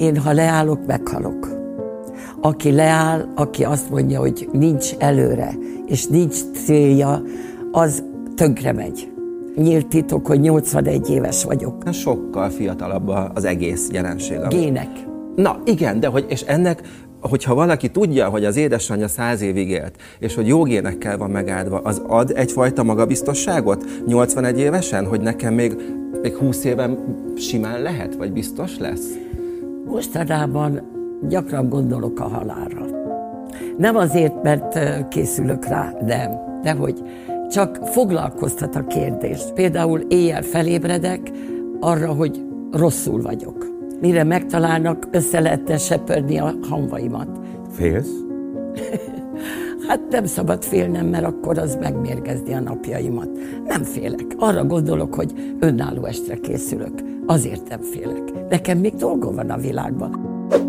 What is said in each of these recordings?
Én, ha leállok, meghalok. Aki leáll, aki azt mondja, hogy nincs előre, és nincs célja, az tönkre megy. Nyílt titok, hogy 81 éves vagyok. Sokkal fiatalabb az egész jelenség. Gének. Na igen, de és ennek, hogyha valaki tudja, hogy az édesanyja 100 évig élt, és hogy jó génekkel van megáldva, az ad egyfajta magabiztosságot 81 évesen, hogy nekem még 20 éven simán lehet, vagy biztos lesz? Mostanában gyakran gondolok a halálra. Nem azért, mert készülök rá, nem. Dehogy csak foglalkoztat a kérdés. Például éjjel felébredek arra, hogy rosszul vagyok. Mire megtalálnak, össze lehetne söpörni a hamvaimat. Félsz? Hát nem szabad félnem, mert akkor az megmérgezni a napjaimat. Nem félek. Arra gondolok, hogy önálló estre készülök. Azért nem félek. Nekem még dolgom van a világban.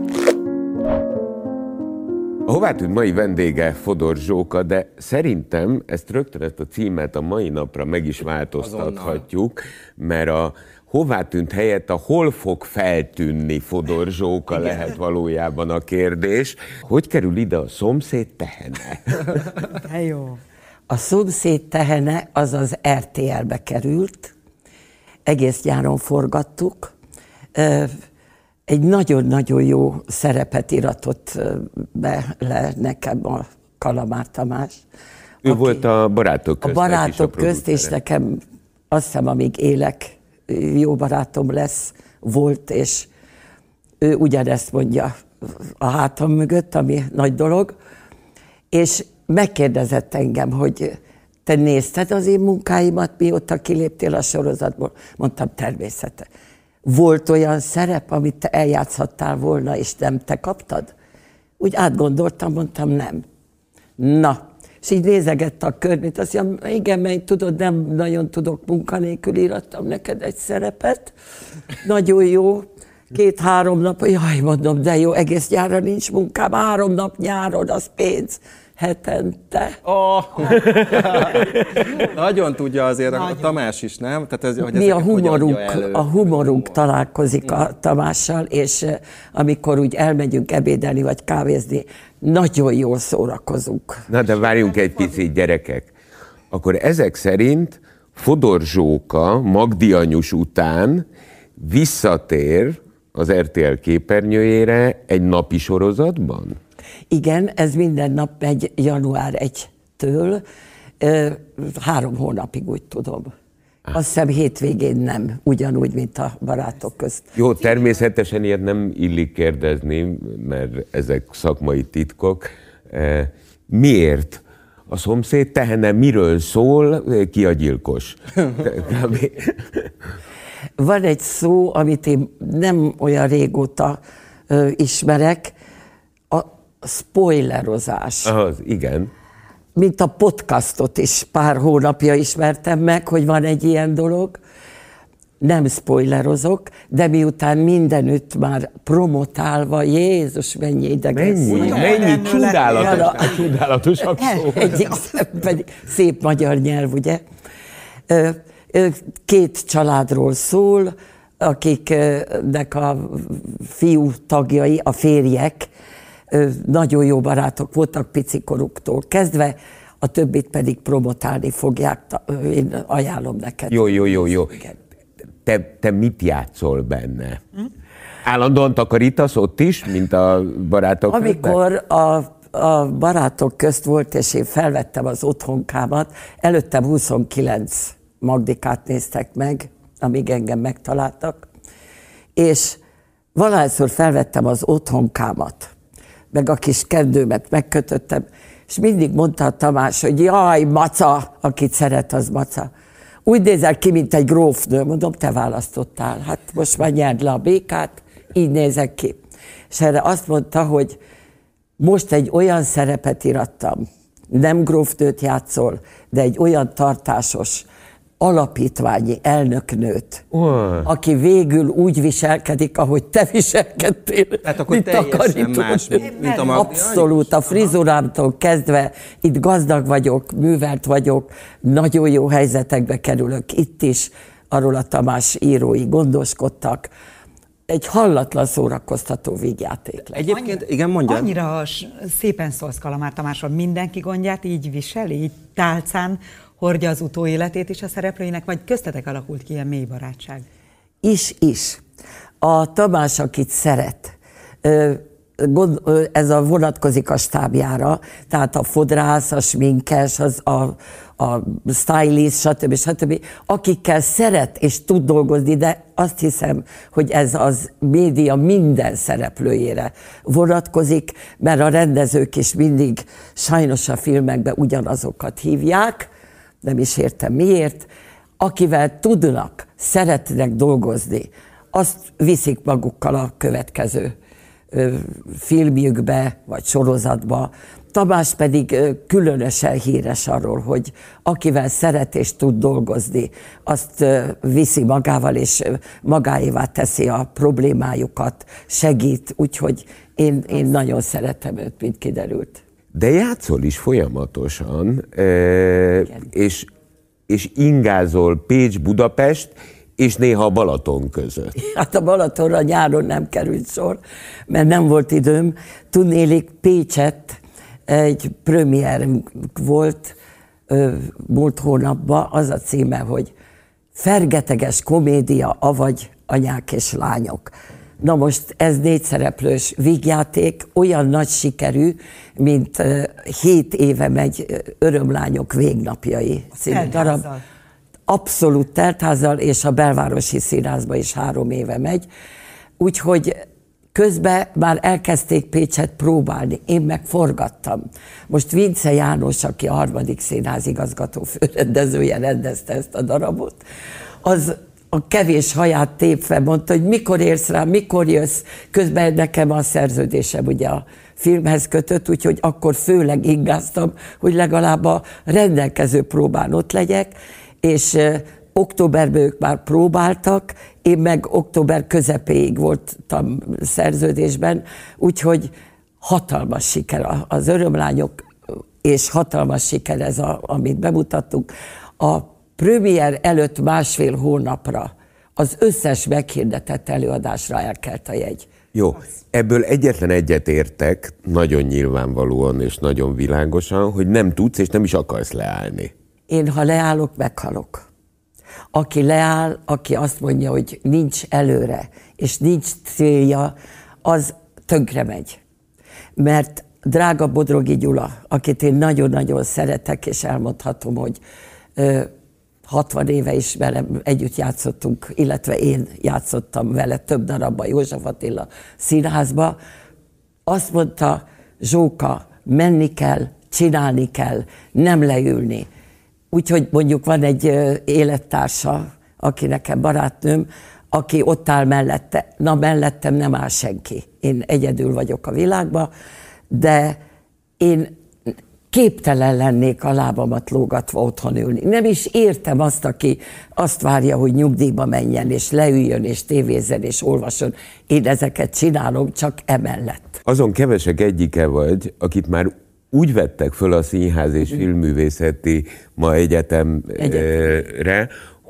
A Hová tűnt mai vendége Fodor Zsóka, de szerintem ezt a címet a mai napra meg is változtathatjuk, mert a Hová tűnt helyett a Hol fog feltűnni Fodor Zsóka lehet valójában a kérdés. Hogy kerül ide a szomszéd tehene? Jó. A szomszéd tehene az az RTL-be került, egész nyáron forgattuk. Egy nagyon-nagyon jó szerepet iratott be le nekem a Kalamár Tamás. Ő volt a Barátok közt. A Barátok közt, és nekem azt hiszem, amíg élek, jó barátom lesz, volt, és ő ugyanezt mondja a hátam mögött, ami nagy dolog, és megkérdezett engem, hogy te nézted az én munkáimat, mióta kiléptél a sorozatból? Mondtam, természetesen. Volt olyan szerep, amit te eljátszhattál volna, és nem te kaptad? Úgy átgondoltam, mondtam, nem. Na, és így nézegette a környét, azt mondja, igen, mert tudod, nem nagyon tudok munkanélkül, írtam neked egy szerepet, nagyon jó, 2-3 nap, jaj, mondom, de jó, egész nyárra nincs munkám, 3 nap nyáron, az pénz. Hetente. Oh. Nagyon tudja azért nagyon. A Tamás is, nem? Tehát ez, hogy mi a humorunk találkozik a Tamással, és amikor úgy elmegyünk ebédelni vagy kávézni, nagyon jól szórakozunk. Na de várjunk egy picit, gyerekek. Akkor ezek szerint Fodor Zsóka Magdi anyus után visszatér az RTL képernyőjére egy napi sorozatban? Igen, ez minden nap megy január 1-től, 3 hónapig, úgy tudom. Azt hiszem hétvégén nem, ugyanúgy, mint a Barátok közt. Jó, természetesen ilyet nem illik kérdezni, mert ezek szakmai titkok. Miért? A szomszéd tehene miről szól? Ki a gyilkos? Van egy szó, amit én nem olyan régóta ismerek, spoilerozás. Az, igen. Mint a podcastot is pár hónapja ismertem meg, hogy van egy ilyen dolog. Nem spoilerozok, de miután mindenütt már promotálva, Jézus, mennyi idegen szó. Mennyi csodálatosabb szó. Pedig szép magyar nyelv, ugye? 2 családról szól, akiknek a fiú tagjai, a férjek, nagyon jó barátok voltak picikoruktól kezdve, a többit pedig promotálni fogják, én ajánlom neked. Jó. Te mit játszol benne? Állandóan takarítasz ott is, mint a Barátok közben? Amikor a Barátok közt volt, és én felvettem az otthonkámat, előttem 29 Magdikát néztek meg, amíg engem megtaláltak, és valahányszor felvettem az otthonkámat, meg a kis kendőmet megkötöttem, és mindig mondta a Tamás, hogy jaj, maca, akit szeret, az maca. Úgy nézel ki, mint egy grófnő. Mondom, te választottál. Hát most már nyerd le a békát, így nézek ki. És erre azt mondta, hogy most egy olyan szerepet irattam, nem grófnőt játszol, de egy olyan tartásos, alapítványi elnöknőt, aki végül úgy viselkedik, ahogy te viselkedtél, hát akkor teljesen más, mint a Magdi. Abszolút, a frizurámtól kezdve, itt gazdag vagyok, művelt vagyok, nagyon jó helyzetekbe kerülök itt is, arról a Tamás írói gondoskodtak. egy hallatlan szórakoztató vígjáték lesz. Egyébként, igen, mondjam. Annyira szépen szólsz Kalamár Tamásról, mindenki gondját így viseli, így tálcán hordja az utóéletét is a szereplőinek, vagy köztetek alakult ki ilyen mély barátság? Is. A Tamás, akit szeret, ez vonatkozik a stábjára, tehát a fodrász, a sminkes, a stylist, stb. Akikkel szeret és tud dolgozni, de azt hiszem, hogy ez az média minden szereplőjére vonatkozik, mert a rendezők is mindig sajnos a filmekben ugyanazokat hívják, nem is értem miért, akivel tudnak, szeretnek dolgozni, azt viszik magukkal a következő filmjükbe, vagy sorozatba. Tamás pedig különösen híres arról, hogy akivel szeret és tud dolgozni, azt viszi magával, és magáévá teszi a problémájukat, segít, úgyhogy én nagyon szeretem őt, mint kiderült. De játszol is folyamatosan, és ingázol Pécs-Budapest, és néha a Balaton között. Hát a Balatonra nyáron nem került sor, mert nem volt időm. Tudnélik, Pécset egy premierünk volt múlt hónapban, az a címe, hogy Fergeteges komédia, avagy anyák és lányok. Na most ez 4 szereplős vígjáték, olyan nagy sikerű, mint 7 éve megy Örömlányok végnapjai című darab. Abszolút teltházzal, és a Belvárosi Színházba is 3 éve megy. Úgyhogy közben már elkezdték Pécset próbálni, én meg forgattam. Most Vince János, aki a 3. Színház igazgató főrendezője, rendezte ezt a darabot, az a kevés haját tépve mondta, hogy mikor érsz rá, mikor jössz. Közben nekem a szerződésem ugye a filmhez kötött, úgyhogy akkor főleg ingáztam, hogy legalább a rendelkező próbán ott legyek, és októberben ők már próbáltak, én meg október közepéig voltam szerződésben, úgyhogy hatalmas siker az Örömlányok, és hatalmas siker ez, amit bemutattuk. A premier előtt 1,5 hónapra az összes meghirdetett előadásra elkelt a jegy. Jó, ebből egyetlen egyet értek, nagyon nyilvánvalóan és nagyon világosan, hogy nem tudsz és nem is akarsz leállni. Én, ha leállok, meghalok. Aki leáll, aki azt mondja, hogy nincs előre, és nincs célja, az tönkre megy. Mert drága Bodrogi Gyula, akit én nagyon-nagyon szeretek, és elmondhatom, hogy 60 éve is velem együtt játszottunk, illetve én játszottam vele több darabban, József Attila Színházba, azt mondta, Zsóka, menni kell, csinálni kell, nem leülni. Úgyhogy mondjuk van egy élettársa, aki nekem barátnőm, aki ott áll mellette. Na, mellettem nem áll senki. Én egyedül vagyok a világban, de én képtelen lennék a lábamat lógatva otthon ülni. Nem is értem azt, aki azt várja, hogy nyugdíjba menjen, és leüljön, és tévézzen, és olvasson. Én ezeket csinálom, csak emellett. Azon kevesek egyike vagy, akit már úgy vettek föl a Színház és Filmművészeti Egyetemre,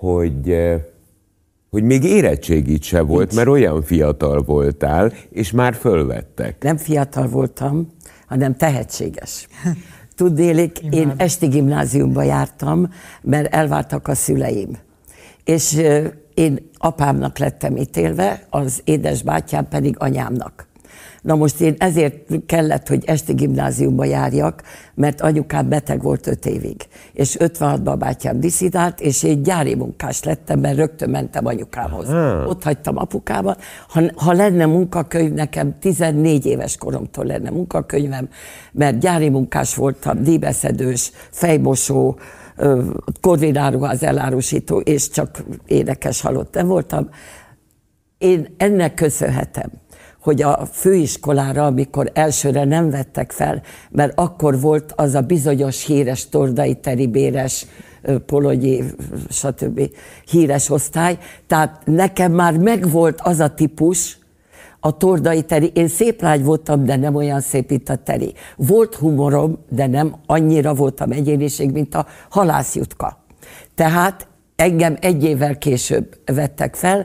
hogy még érettségit se volt, mert olyan fiatal voltál, és már fölvettek. Nem fiatal voltam, hanem tehetséges. Tudnélik, én esti gimnáziumba jártam, mert elváltak a szüleim. És én apámnak lettem ítélve, az édesbátyám pedig anyámnak. Na most én ezért kellett, hogy esti gimnáziumba járjak, mert anyukám beteg volt 5 évig. És 56-ban bátyám disszidált, és én gyári munkás lettem, mert rögtön mentem anyukámhoz. Ott hagytam apukámat. Ha lenne munkakönyv, nekem 14 éves koromtól lenne munkakönyvem, mert gyári munkás voltam, díjbeszedős, fejmosó, korvináruház elárusító, és csak énekes halott nem voltam. Én ennek köszönhetem, hogy a főiskolára, amikor elsőre nem vettek fel, mert akkor volt az a bizonyos híres Tordai Teri Béres, Pologyi, stb. Híres osztály. Tehát nekem már megvolt az a típus, a Tordai Teri. Én szép lány voltam, de nem olyan szép, mint a Teri. Volt humorom, de nem annyira voltam egyéniség, mint a Halász Jutka. Tehát engem 1 évvel később vettek fel,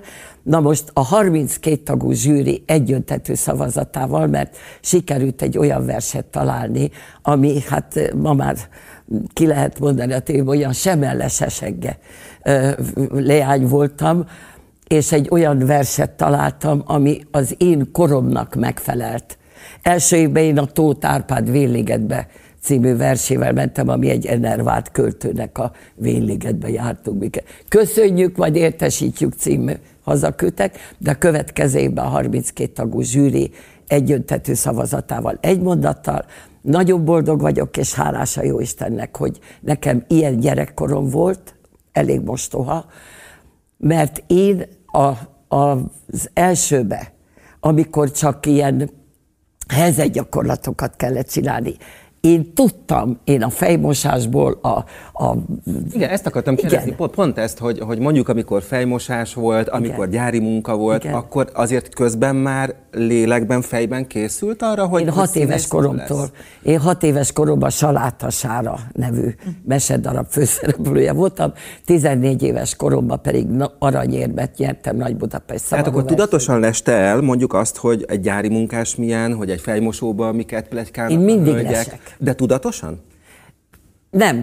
Na most a 32 tagú zsűri egyöntetű szavazatával, mert sikerült egy olyan verset találni, ami hát ma már ki lehet mondani a tévében, olyan semellesesegge leány voltam, és egy olyan verset találtam, ami az én koromnak megfelelt. Első évben én a Tóth Árpád Vén-ligetbe című versével mentem, ami egy enervált költőnek a Vén-ligetbe jártunk. Köszönjük, vagy értesítjük című hazaküldtek, de a következő évben a 32 tagú zsűri egyöntetű szavazatával, egy mondattal, nagyon boldog vagyok, és hálás a Jóistennek, hogy nekem ilyen gyerekkorom volt, elég mostoha, mert én az elsőbe, amikor csak ilyen helyzetgyakorlatokat kellett csinálni, én tudtam, én a fejmosásból Igen, ezt akartam kérdezni, pont ezt, hogy mondjuk amikor fejmosás volt, amikor igen. gyári munka volt, igen. akkor azért közben már lélekben, fejben készült arra, hogy én 6 éves koromtól, én 6 éves koromban Saláta Sára nevű mesedarab főszereplője voltam, 14 éves koromban pedig aranyérmet nyertem Nagy-Budapest szabadó. Tehát akkor tudatosan leste el mondjuk azt, hogy egy gyári munkás milyen, hogy egy fejmosóban miket pletykálnak én mindig a hölgyek. Lesek. De tudatosan? Nem.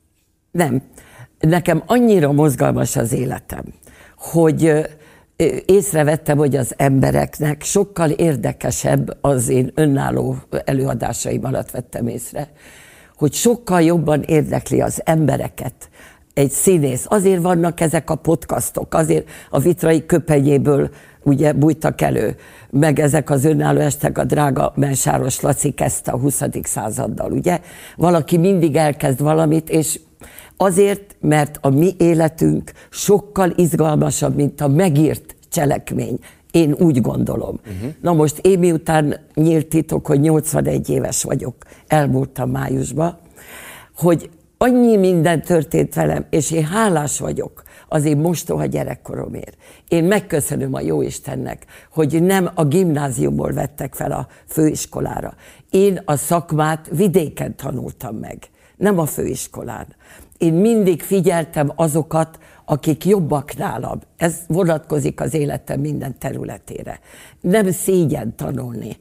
Nekem annyira mozgalmas az életem, hogy észrevettem, hogy az embereknek sokkal érdekesebb, az én önálló előadásaim alatt vettem észre, hogy sokkal jobban érdekli az embereket egy színész. Azért vannak ezek a podcastok, azért a Vitrai Köpenyéből ugye bújtak elő, meg ezek az önálló estek, a drága Mensáros Laci kezdte a 20. századdal, ugye? Valaki mindig elkezd valamit, és azért, mert a mi életünk sokkal izgalmasabb, mint a megírt cselekmény. Én úgy gondolom. Na most én miután nyílt titok, hogy 81 éves vagyok, elmúltam májusban, hogy annyi minden történt velem, és én hálás vagyok az én mostoha gyerekkoromért. Én megköszönöm a Jóistennek, hogy nem a gimnáziumból vettek fel a főiskolára. Én a szakmát vidéken tanultam meg, nem a főiskolán. Én mindig figyeltem azokat, akik jobbak nálam. Ez vonatkozik az életem minden területére. Nem szégyen tanulni.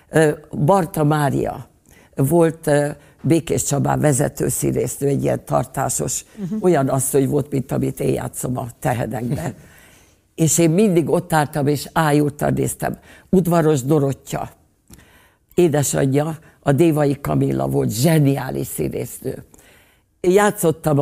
Barta Mária volt Békés Csabán vezetőszínésznő, egy ilyen tartásos, olyan asszony volt, mint amit én játszom a Tehenekben. És én mindig ott álltam, és ájultan néztem. Udvaros Dorottya, édesanyja, a Dévai Kamilla volt, zseniális színésznő. Én játszottam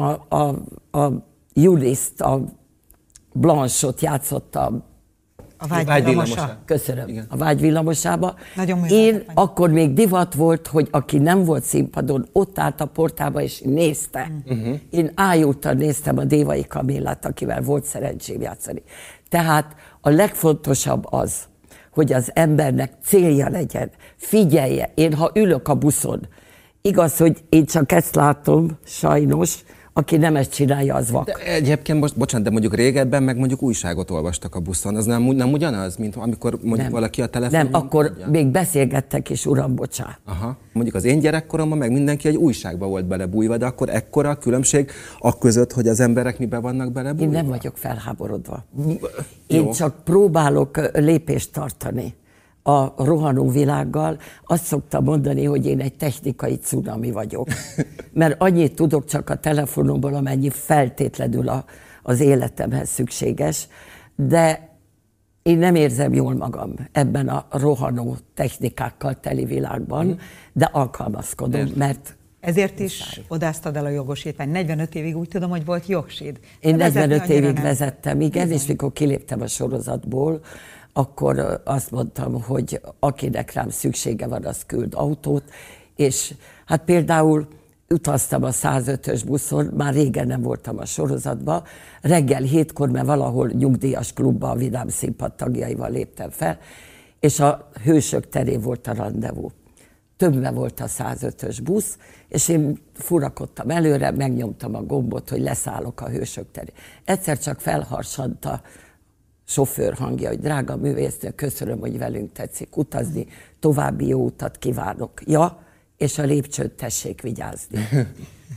a Juliszt, a Blanchot játszottam. A Vágyvillamosa. Köszönöm. Igen. A Vágyvillamosába. Én akkor még divat volt, hogy aki nem volt színpadon, ott állt a portába és nézte. Én ájultan néztem a Dévai Kamillát, akivel volt szerencsém játszani. Tehát a legfontosabb az, hogy az embernek célja legyen, figyelje. Én, ha ülök a buszon, igaz, hogy én csak ezt látom, sajnos, aki nem ezt csinálja, az vak. De egyébként most, bocsánat, de mondjuk régebben meg mondjuk újságot olvastak a buszon. Az nem ugyanaz, mint amikor mondjuk nem. Valaki a telefonon? Nem, akkor adja? Még beszélgettek is, uram, bocsánat. Aha. Mondjuk az én gyerekkoromban meg mindenki egy újságba volt belebújva, de akkor ekkora a különbség akközött, hogy az emberek mibe vannak belebújva? Én nem vagyok felháborodva. Én csak próbálok lépést tartani a rohanó világgal. Azt szoktam mondani, hogy én egy technikai cunami vagyok. Mert annyit tudok csak a telefonomból, amennyi feltétlenül az életemhez szükséges, de én nem érzem jól magam ebben a rohanó technikákkal teli világban, de alkalmazkodom, mert ezért is odáztad el a jogosítvány. 45 évig úgy tudom, hogy volt jogsid. Én 45 évig vezettem, igen, és mikor kiléptem a sorozatból, akkor azt mondtam, hogy akinek rám szüksége van, az küld autót, és hát például utaztam a 105-ös buszon, már régen nem voltam a sorozatban, reggel 7-kor, mert valahol nyugdíjas klubba a Vidám Színpad tagjaival léptem fel, és a Hősök terén volt a randevú. Többe volt a 105-ös busz, és én furakodtam előre, megnyomtam a gombot, hogy leszállok a Hősök terén. Egyszer csak felharsant a sofőr hangja, hogy drága művésznő, köszönöm, hogy velünk tetszik utazni, további jó utat kívánok. Ja, és a lépcsőt tessék vigyázni.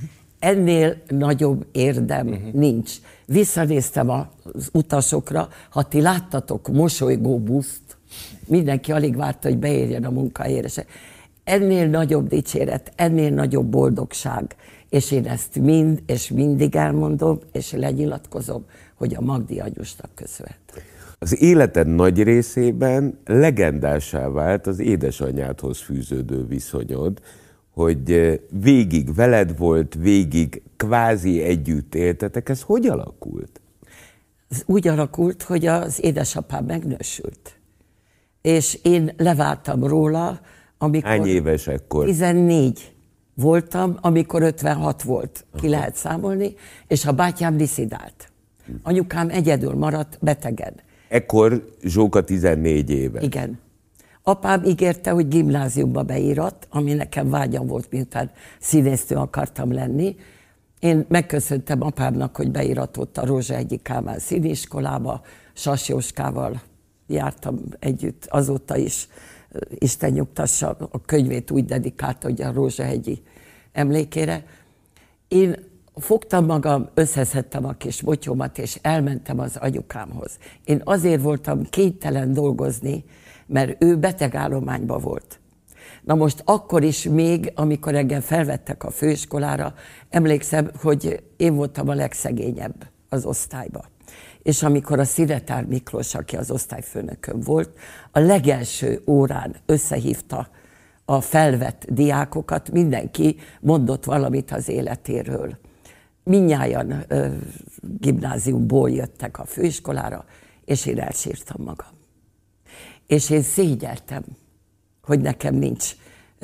ennél nagyobb érdem nincs. Visszanéztem az utasokra, ha ti láttatok mosolygó buszt, mindenki alig várta, hogy beérjen a munkahelyére. Ennél nagyobb dicséret, ennél nagyobb boldogság, és én ezt mind és mindig elmondom, és lenyilatkozom, hogy a Magdi anyusnak köszönhető. Az életed nagy részében legendássá vált az édesanyádhoz fűződő viszonyod, hogy végig veled volt, végig kvázi együtt éltetek. Ez hogy alakult? Ez úgy alakult, hogy az édesapám megnősült. És én leváltam róla, amikor... Hány éves ekkor? 14 voltam, amikor 56 volt. Ki lehet számolni, és a bátyám diszidált. Anyukám egyedül maradt betegen. Ekkor Zsóka 14 éves. Igen. Apám ígérte, hogy gimnáziumba beírat, ami nekem vágyam volt, miután színésznő akartam lenni. Én megköszöntem apámnak, hogy beíratott a Rózsahegyi Kálmán színiskolába, Sas Jóskával jártam együtt, azóta is, Isten nyugtassa, a könyvét úgy dedikálta, hogy a Rózsahegyi emlékére. Én fogtam magam, összeszedtem a kis motyómat, és elmentem az anyukámhoz. Én azért voltam kénytelen dolgozni, mert ő betegállományban volt. Na most akkor is még, amikor engem felvettek a főiskolára, emlékszem, hogy én voltam a legszegényebb az osztályba. És amikor a Sziretár Miklós, aki az osztályfőnököm volt, a legelső órán összehívta a felvett diákokat, mindenki mondott valamit az életéről. Mindnyájan gimnáziumból jöttek a főiskolára, és én elsírtam magam. És én szégyeltem, hogy nekem nincs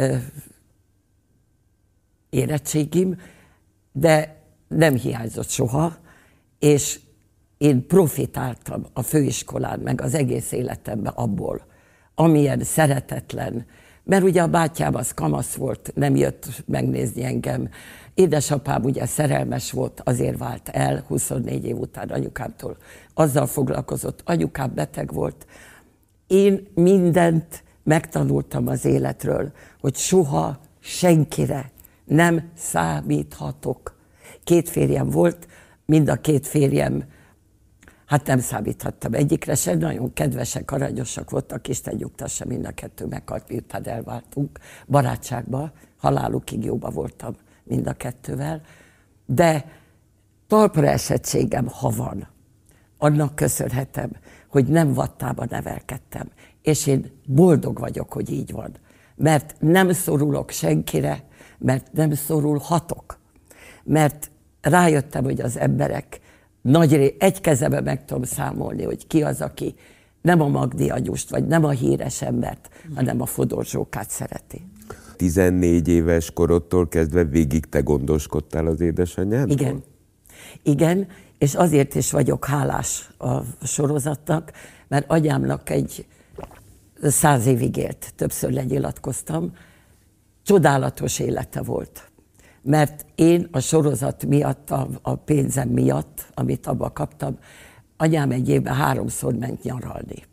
érettségim, de nem hiányzott soha, és én profitáltam a főiskolán, meg az egész életemben abból, amilyen szeretetlen, mert ugye a bátyám az kamasz volt, nem jött megnézni engem. Édesapám ugye szerelmes volt, azért vált el 24 év után anyukámtól. Azzal foglalkozott, anyukám beteg volt. Én mindent megtanultam az életről, hogy soha senkire nem számíthatok. 2 férjem volt, mind a 2 férjem, hát nem számíthattam egyikre sem, nagyon kedvesek, aranyosak voltak, Isten nyugtassa, mind a 2 meghalt, miután elváltunk. Barátságban, halálukig jóba voltam mind a 2-vel, de talpra esettségem, ha van, annak köszönhetem, hogy nem vattába nevelkedtem, és én boldog vagyok, hogy így van, mert nem szorulok senkire, mert nem szorulhatok, mert rájöttem, hogy az emberek egy kezembe meg tudom számolni, hogy ki az, aki nem a Magdi anyust, vagy nem a híres embert, hanem a Fodor Zsókát szereti. 14 éves korodtól kezdve végig te gondoskodtál az édesanyádról? Igen. Igen, és azért is vagyok hálás a sorozatnak, mert anyámnak egy 100 évig élt, többször lenyilatkoztam, csodálatos élete volt. Mert én a sorozat miatt, a pénzem miatt, amit abba kaptam, anyám egy évben 3-szor ment nyaralni.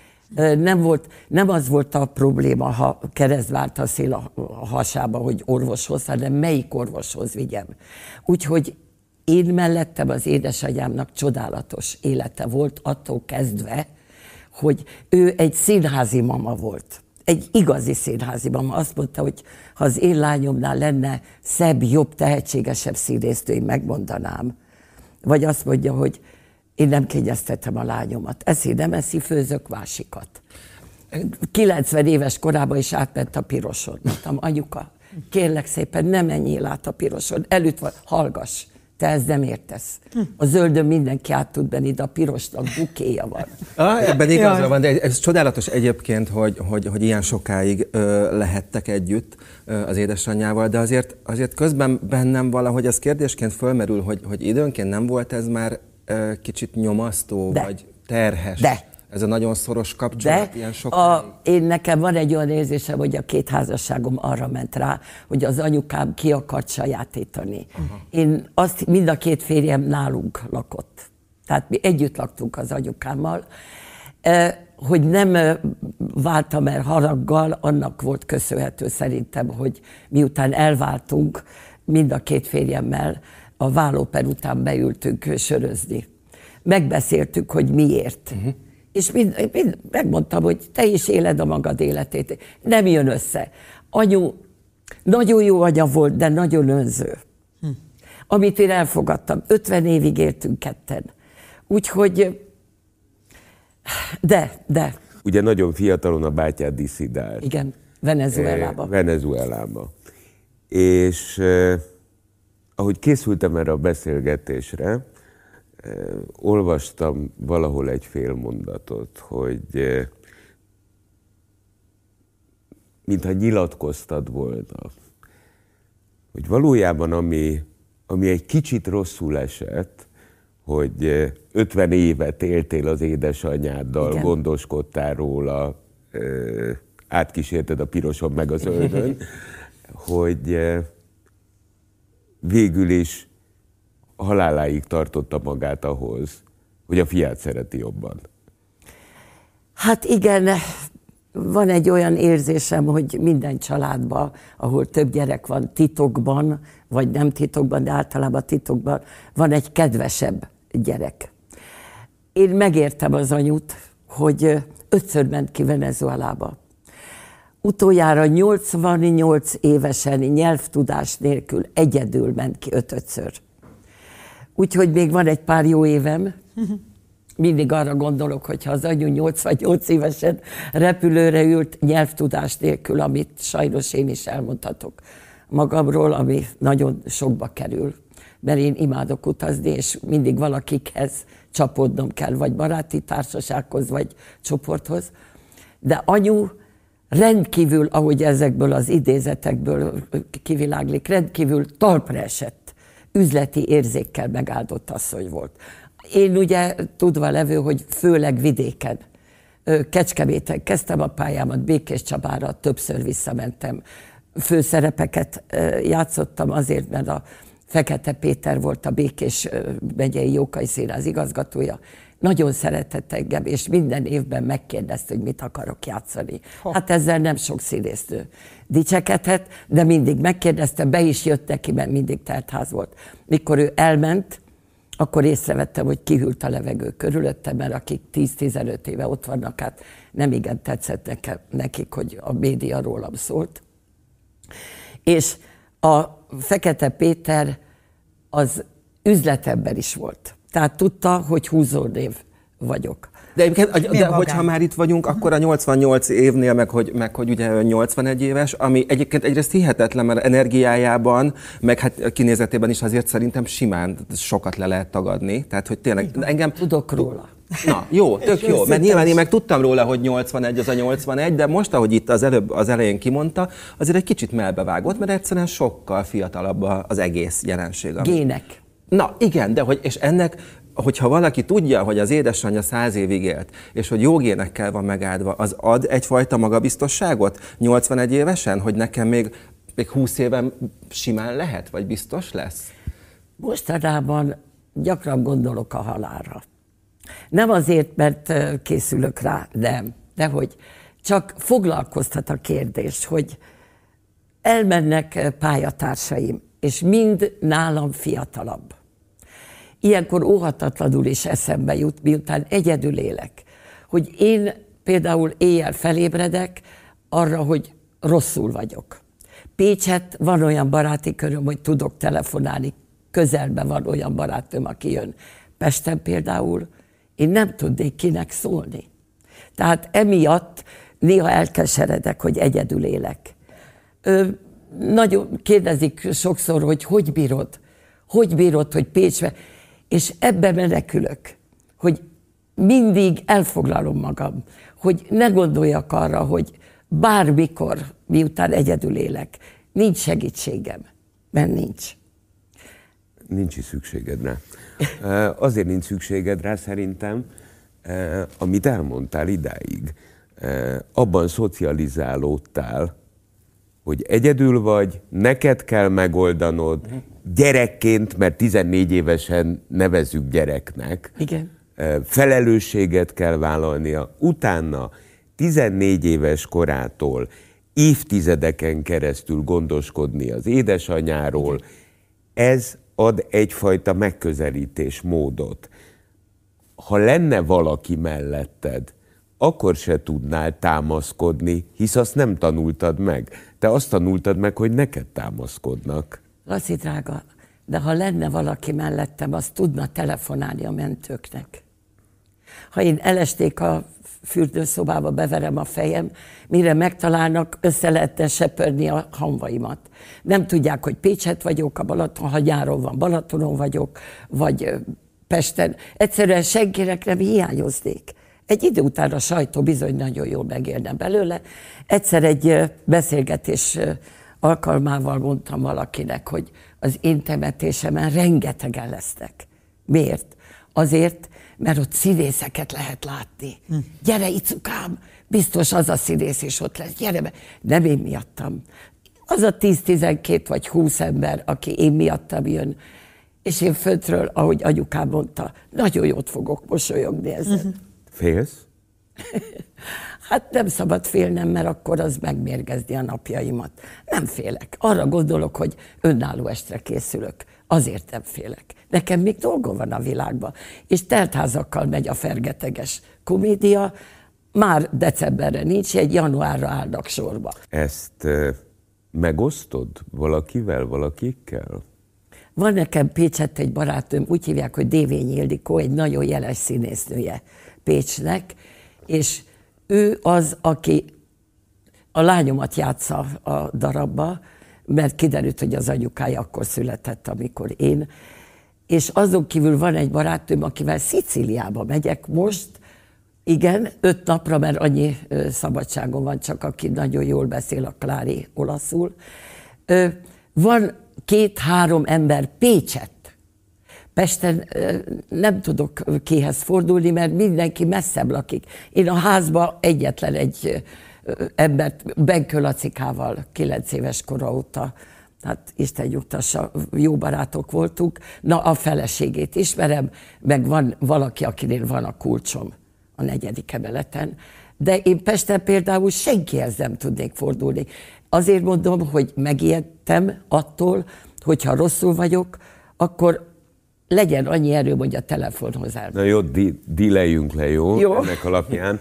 Nem az volt a probléma, ha keresztvált a szél a hasába, hogy orvoshoz, hanem melyik orvoshoz vigyem. Úgyhogy én mellettem az édesanyámnak csodálatos élete volt, attól kezdve, hogy ő egy színházi mama volt. Egy igazi színházi mama. Azt mondta, hogy ha az én lányomnál lenne szebb, jobb, tehetségesebb színésznő, én megmondanám. Vagy azt mondja, hogy én nem kényeztetem a lányomat. Eszi, nem eszi, főzök másikat. 90 éves korában is átment a piroson. Mondtam, anyuka, kérlek szépen, ne menjél át a piroson. Előtt van, hallgass, te ezt nem értesz. A zöldön mindenki át tud menni, de a pirosnak bukéja van. Ebben igaza van, de ez csodálatos egyébként, hogy ilyen sokáig lehettek együtt az édesanyjával, de azért közben bennem valahogy az kérdésként fölmerül, hogy időnként nem volt ez már kicsit nyomasztó, vagy terhes? De. Ez a nagyon szoros kapcsolat ilyen sokáig? Nekem van egy olyan érzésem, hogy a 2 házasságom arra ment rá, hogy az anyukám ki akart sajátítani. Én mind a 2 férjem nálunk lakott. Tehát mi együtt laktunk az anyukámmal. Hogy nem váltam el haraggal, annak volt köszönhető szerintem, hogy miután elváltunk, mind a két férjemmel a vállóper után beültünk sörözni. Megbeszéltük, hogy miért. És mind megmondtam, hogy te is éled a magad életét. Nem jön össze. Anyu nagyon jó anya volt, de nagyon önző. Amit én elfogadtam. 50 évig éltünk ketten. Úgyhogy, de. Ugye nagyon fiatalon a bátyád disszidált. Igen, Venezuelába. Venezuelába. És ahogy készültem erre a beszélgetésre, olvastam valahol egy fél mondatot, hogy mintha nyilatkoztad volna, hogy valójában ami egy kicsit rosszul esett, hogy 50 évet éltél az édesanyáddal, igen, gondoskodtál róla, átkísérted a piroson meg a zöldön, hogy végül is haláláig tartotta magát ahhoz, hogy a fiát szereti jobban. Hát igen, van egy olyan érzésem, hogy minden családban, ahol több gyerek van titokban, vagy nem titokban, de általában titokban, van egy kedvesebb gyerek. Én megértem az anyut, hogy 5-ször ment ki Venezuelába. Utoljára 88 évesen nyelvtudás nélkül egyedül ment ki 5-ször. Úgyhogy még van egy pár jó évem. Mindig arra gondolok, hogy ha az anyu 88 évesen repülőre ült nyelvtudás nélkül, amit sajnos én is elmondhatok magamról, ami nagyon sokba kerül. Mert én imádok utazni, és mindig valakikhez csapódnom kell, vagy baráti társasághoz, vagy csoporthoz. De anyu rendkívül, ahogy ezekből az idézetekből kiviláglik, rendkívül talpra esett, üzleti érzékkel megáldott asszony volt. Én ugye tudva levő, hogy főleg vidéken, Kecskeméten kezdtem a pályámat, Békéscsabára többször visszamentem. Főszerepeket játszottam azért, mert a Fekete Péter volt a Békés megyei Jókai Színház igazgatója. Nagyon szeretett engem, és minden évben megkérdezte, hogy mit akarok játszani. Hát ezzel nem sok színésznő dicsekedhet, de mindig megkérdezte, be is jött neki, mert mindig teltház volt. Mikor ő elment, akkor észrevettem, hogy kihűlt a levegő körülöttem, mert akik 10-15 éve ott vannak, hát nem igen tetszett nekik, hogy a média rólam szólt. És a Fekete Péter az üzletember is volt. Tehát tudta, hogy húzónév vagyok. De hogyha már itt vagyunk, akkor a 88 évnél, meg hogy ugye 81 éves, ami egyébként egyrészt hihetetlen, mert energiájában, meg hát kinézetében is azért szerintem simán sokat le lehet tagadni. Tehát, hogy tényleg engem... Tudok róla. Na, jó, tök jó, mert nyilván én meg tudtam róla, hogy 81 az a 81, de most, ahogy itt az elején kimondta, azért egy kicsit melbevágott, mert egyszerűen sokkal fiatalabb az egész jelenség. Gének. Na, igen, de és ennek, hogyha valaki tudja, hogy az édesanyja 100 évig élt, és hogy jó génekkel van megáldva, az ad egyfajta magabiztosságot 81 évesen, hogy nekem még 20 éven simán lehet, vagy biztos lesz? Mostanában gyakran gondolok a halálra. Nem azért, mert készülök rá, nem. De hogy csak foglalkoztat a kérdés, hogy elmennek pályatársaim, és mind nálam fiatalabb. Ilyenkor óhatatlanul is eszembe jut, miután egyedül élek, hogy én például éjjel felébredek arra, hogy rosszul vagyok. Pécset van olyan baráti köröm, hogy tudok telefonálni, közelben van olyan barátom, aki jön. Pesten például én nem tudnék kinek szólni. Tehát emiatt néha elkeseredek, hogy egyedül élek. Nagyon kérdezik sokszor, hogy bírod, hogy Pécsbe, és ebbe menekülök, hogy mindig elfoglalom magam, hogy ne gondoljak arra, hogy bármikor, miután egyedül élek, nincs segítségem, mert nincs. Nincs is szükséged rá. Azért nincs szükséged rá szerintem, amit elmondtál idáig. Abban szocializálódtál, hogy egyedül vagy, neked kell megoldanod, gyerekként, mert 14 évesen nevezzük gyereknek. Igen. Felelősséget kell vállalnia. Utána 14 éves korától évtizedeken keresztül gondoskodni az édesanyáról. Ez ad egyfajta megközelítésmódot. Ha lenne valaki melletted, akkor se tudnál támaszkodni, hisz azt nem tanultad meg. Te azt tanultad meg, hogy neked támaszkodnak. Laci drága, de ha lenne valaki mellettem, az tudna telefonálni a mentőknek. Ha én elesték a fürdőszobába, beverem a fejem, mire megtalálnak, össze lehetne sepörni a hamvaimat. Nem tudják, hogy Pécset vagyok, a Balaton, ha nyáron van, Balatonon vagyok, vagy Pesten. Egyszerűen senkinek nem hiányoznék. Egy idő után a sajtó bizony nagyon jól megérne belőle. Egyszer egy beszélgetés alkalmával mondtam valakinek, hogy az én temetésemen rengetegen lesznek. Miért? Azért, mert ott színészeket lehet látni. Gyere, icukám, biztos az a színész is ott lesz, gyere be. Nem én miattam. Az a 10-12 vagy 20 ember, aki én miattam jön, és én föntről, ahogy anyukám mondta, nagyon jót fogok mosolyogni ezen. Félsz? Hát nem szabad félnem, mert akkor az megmérgezni a napjaimat. Nem félek. Arra gondolok, hogy önálló estre készülök. Azért nem félek. Nekem még dolgom van a világban. És teltházakkal megy a fergeteges komédia. Már decemberre nincs, egy januárra állnak sorba. Ezt megosztod valakivel, valakikkel? Van nekem Pécsett egy barátom, úgy hívják, hogy Dévényi Ildikó, egy nagyon jeles színésznője Pécsnek, és ő az, aki a lányomat játsza a darabba, mert kiderült, hogy az anyukája akkor született, amikor én. És azon kívül van egy barátom, akivel Szicíliába megyek most, igen, 5 napra, mert annyi szabadságom van, csak aki nagyon jól beszél a Klári olaszul. Van 2-3 ember Pécsett. Pesten nem tudok kihez fordulni, mert mindenki messzebb lakik. Én a házba egyetlen egy embert, Benkő Lacikával 9 éves kora óta, hát Isten nyugtassa, jó barátok voltunk. Na, a feleségét ismerem, meg van valaki, akinél van a kulcsom a 4. emeleten. De én Pesten például senkihez nem tudnék fordulni. Azért mondom, hogy megijedtem attól, hogyha rosszul vagyok, akkor legyen annyi erőm, hogy a telefonhoz el. Na jó, díleljünk le, jó? Ennek alapján.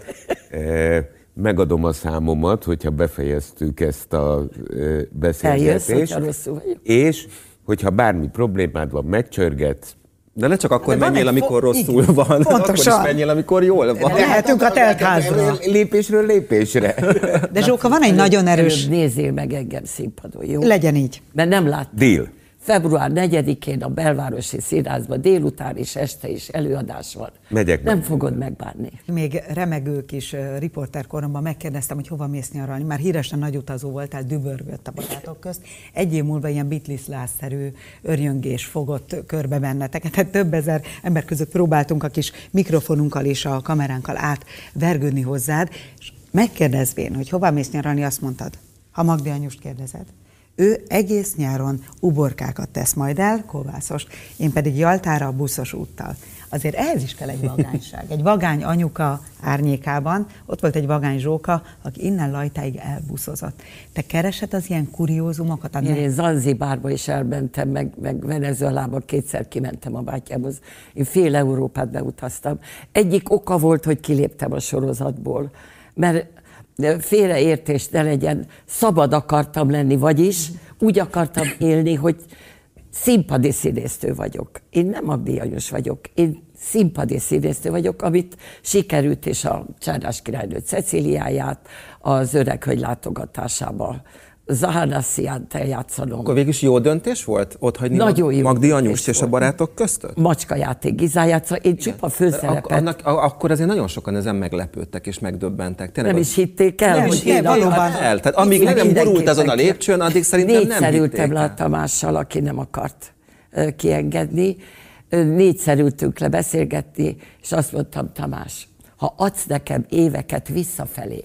Megadom a számomat, hogyha befejeztük ezt a beszélgetést. Eljössz, hogyha rosszul vagyok. És hogyha bármi problémád van, megcsörgetsz. De ne csak akkor menjél, amikor rosszul van, pontosan. Akkor is menjél, amikor jól van. Lehetünk a teltházra. Lépésről lépésre. De Zsóka, van egy nagyon erős... Nézzél meg engem színpadon, jó? Legyen így. Mert nem láttam. Deal. Február 4-én a Belvárosi Színházban délután és este is előadás van. Megyek nem meg. fogod megbánni. Még remegő kis riporterkoromban megkérdeztem, hogy hova mész nyaralni. Már híresen nagy utazó voltál, dübörgött a barátok közt. Egy év múlva ilyen Beatles-szerű örjöngés fogott körbe benneteket. Tehát több ezer ember között próbáltunk a kis mikrofonunkkal és a kameránkkal átvergődni hozzád. És megkérdezvén, hogy hova mész nyaralni, azt mondtad, ha Magdi anyust kérdezed. Ő egész nyáron uborkákat tesz majd el, kovászost, én pedig Jaltára a buszos úttal. Azért ehhez is kell egy vagányság. Egy vagány anyuka árnyékában, ott volt egy vagány Zsóka, aki innen Lajtáig elbuszozott. Te keresed az ilyen kuriózumokat? Én Zanzibárba is elmentem, meg Venezuelába 2-szer kimentem a bátyámhoz. Én fél Európát beutaztam. Egyik oka volt, hogy kiléptem a sorozatból, mert félreértés ne legyen, szabad akartam lenni, vagyis úgy akartam élni, hogy színpadi színésznő vagyok. Én nem Magdi Anyus vagyok, én színpadi színésznő vagyok, amit sikerült, és a Csárnás királynő Cecíliáját az öreg hölgy látogatásába Zahanassiánt eljátszanom. Akkor végül is jó döntés volt otthagyni Magdi Anyust és a barátok köztött? Macskajáték Gizájátszva, én csupa főszerepet. Akkor azért nagyon sokan ezen meglepődtek és megdöbbentek. Tényleg nem is hitték el, nem, hogy én valóban. Tehát amíg nem borult azon a lépcsőn, addig szerintem nem hitték. 4-szer ültem le a Tamással, aki nem akart kiengedni. 4-szer ültünk le beszélgetni, és azt mondtam, Tamás, ha adsz nekem éveket visszafelé,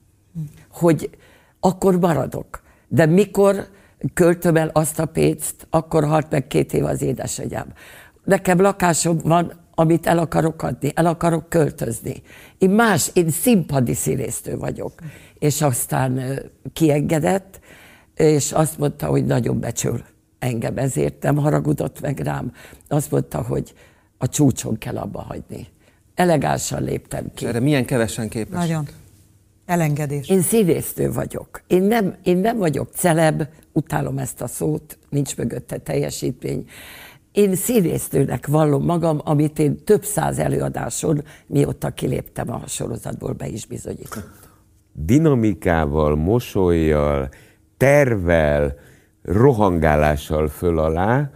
hogy akkor maradok. De mikor költöm el azt a pénzt, akkor halt meg 2 év az édesanyám. Nekem lakásom van amit el akarok adni, el akarok költözni. Én színpadi színésznő vagyok. És aztán kiengedett, és azt mondta, hogy nagyon becsül engem, ezért nem haragudott meg rám. Azt mondta, hogy a csúcson kell abba hagyni. Elegánsan léptem ki. Erre milyen kevesen képesek? Nagyon. Elengedés. Én színésznő vagyok. Én nem vagyok celeb, utálom ezt a szót, nincs mögötte teljesítmény. Én színésznőnek vallom magam, amit én több száz előadáson, mióta kiléptem a sorozatból, be is bizonyítottam. Dinamikával, mosollyal, tervvel, rohangálással föl alá,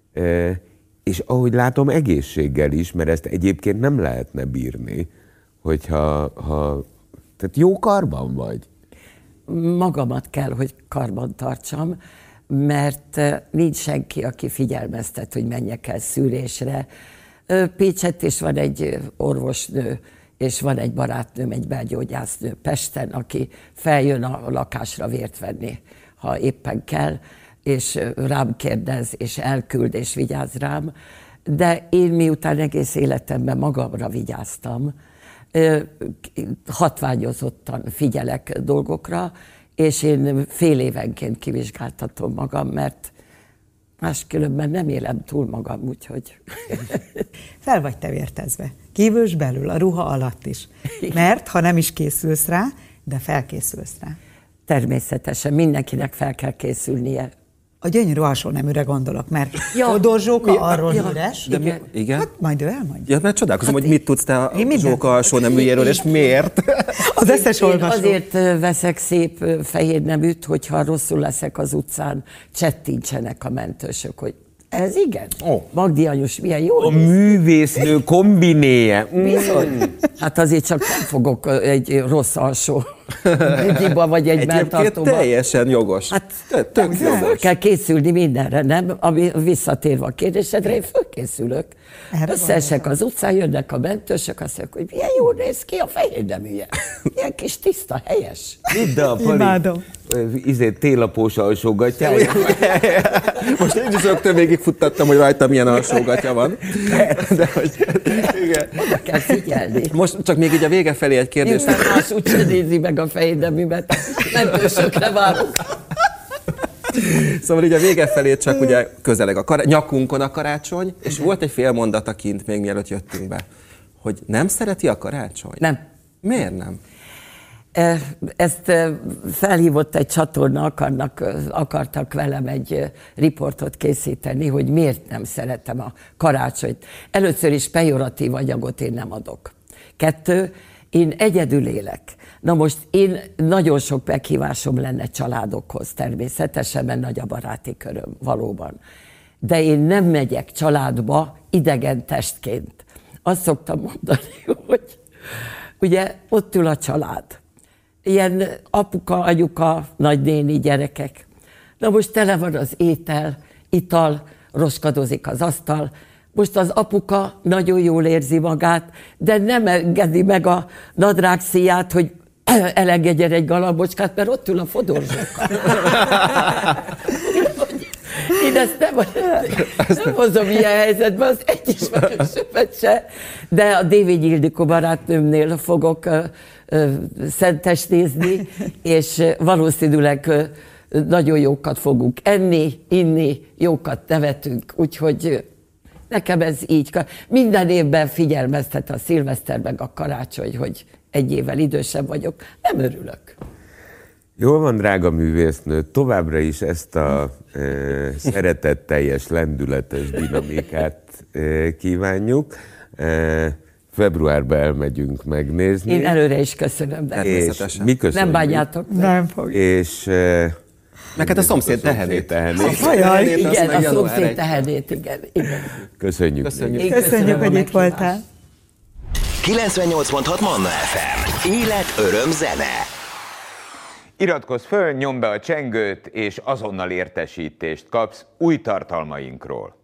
és ahogy látom, egészséggel is, mert ezt egyébként nem lehetne bírni, hogyha tehát jó karban vagy. Magamat kell, hogy karban tartsam, mert nincs senki, aki figyelmeztet, hogy menjek el szűrésre. Pécsett is van egy orvosnő, és van egy barátnőm, egy belgyógyásznő Pesten, aki feljön a lakásra vért venni, ha éppen kell, és rám kérdez, és elküld, és vigyáz rám. De én miután egész életemben magamra vigyáztam, hatványozottan figyelek dolgokra, és én fél évenként kivizsgáltatom magam, mert máskülönben nem élem túl magam, úgyhogy... Fel vagy te vértezve, kívül és belül, a ruha alatt is. Mert ha nem is készülsz rá, de felkészülsz rá. Természetesen mindenkinek fel kell készülnie. A gyönyörű alsóneműre gondolok, mert Fodor Zsóka arról híres. De igen? Hát majd ő elmondja. Ja, mert csodálkozom, hogy mit tudsz te a Zsóka alsóneműjéről, és miért? Az összes olvasó. Azért veszek szép fehér neműt, hogyha rosszul leszek az utcán, csettincsenek a mentősök, hogy ez igen? Magdi anyus, milyen jó. A művésznő kombinéje. Bizony. Hát azért csak nem fogok egy rossz alsó bugyiba, vagy egy melltartóba. Teljesen jogos. Hát tök jogos. Kell készülni mindenre, nem? Ami visszatérve a kérdésedre, én fölkészülök. Összeesek az utcán, jönnek a mentősök, azt mondják, hogy milyen jól néz ki a fehér neműje. Milyen kis tiszta, helyes. Vidd a Pali télapós alsógatjája. Most én is rögtön végigfuttattam, hogy rajta milyen alsógatja van. De hogy, igen. Oda kell figyelni. Most csak még így a vége felé egy kérdés. Minden más úgyse nézi meg a fehér neműmet. Mentősökre várok. Szóval így a vége felé csak ugye közeleg nyakunkon a karácsony, és volt egy fél mondata kint még mielőtt jöttünk be, hogy nem szereti a karácsony? Nem. Miért nem? Ezt felhívott egy csatorna, akartak velem egy riportot készíteni, hogy miért nem szeretem a karácsonyt. Először is pejoratív anyagot én nem adok. 2, én egyedül élek. Na most én nagyon sok meghívásom lenne családokhoz természetesen, mert nagy a baráti köröm, valóban. De én nem megyek családba idegen testként. Azt szoktam mondani, hogy ugye ott ül a család. Ilyen apuka, anyuka, nagynéni, gyerekek. Na most tele van az étel, ital, roskadozik az asztal. Most az apuka nagyon jól érzi magát, de nem engedi meg a nadrágszíját, hogy elengedjen egy galambocskát, mert ott ül a Fodor Zsóka. Én ezt nem hozom ilyen helyzetben, az egy ismerősömet se, de a Dévényi Ildikó barátnőmnél fogok szentest nézni, és valószínűleg nagyon jókat fogunk enni, inni, jókat nevetünk, úgyhogy nekem ez így. Minden évben figyelmeztet a szilveszter meg a karácsony, hogy egy évvel idősebb vagyok, nem örülök. Jól van, drága művésznő, továbbra is ezt a szeretetteljes, lendületes dinamikát kívánjuk. Februárban elmegyünk megnézni. Én előre is köszönöm. És mi köszönjük. Nem bánjátok. Nem fog. És... meg hát a szomszéd tehenét. Igen, a szomszéd tehenét, igen. Köszönjük. Köszönjük, hogy itt voltál. 98.6 Manna FM. Élet, öröm, zene. Iratkozz föl, nyomd be a csengőt, és azonnal értesítést kapsz új tartalmainkról.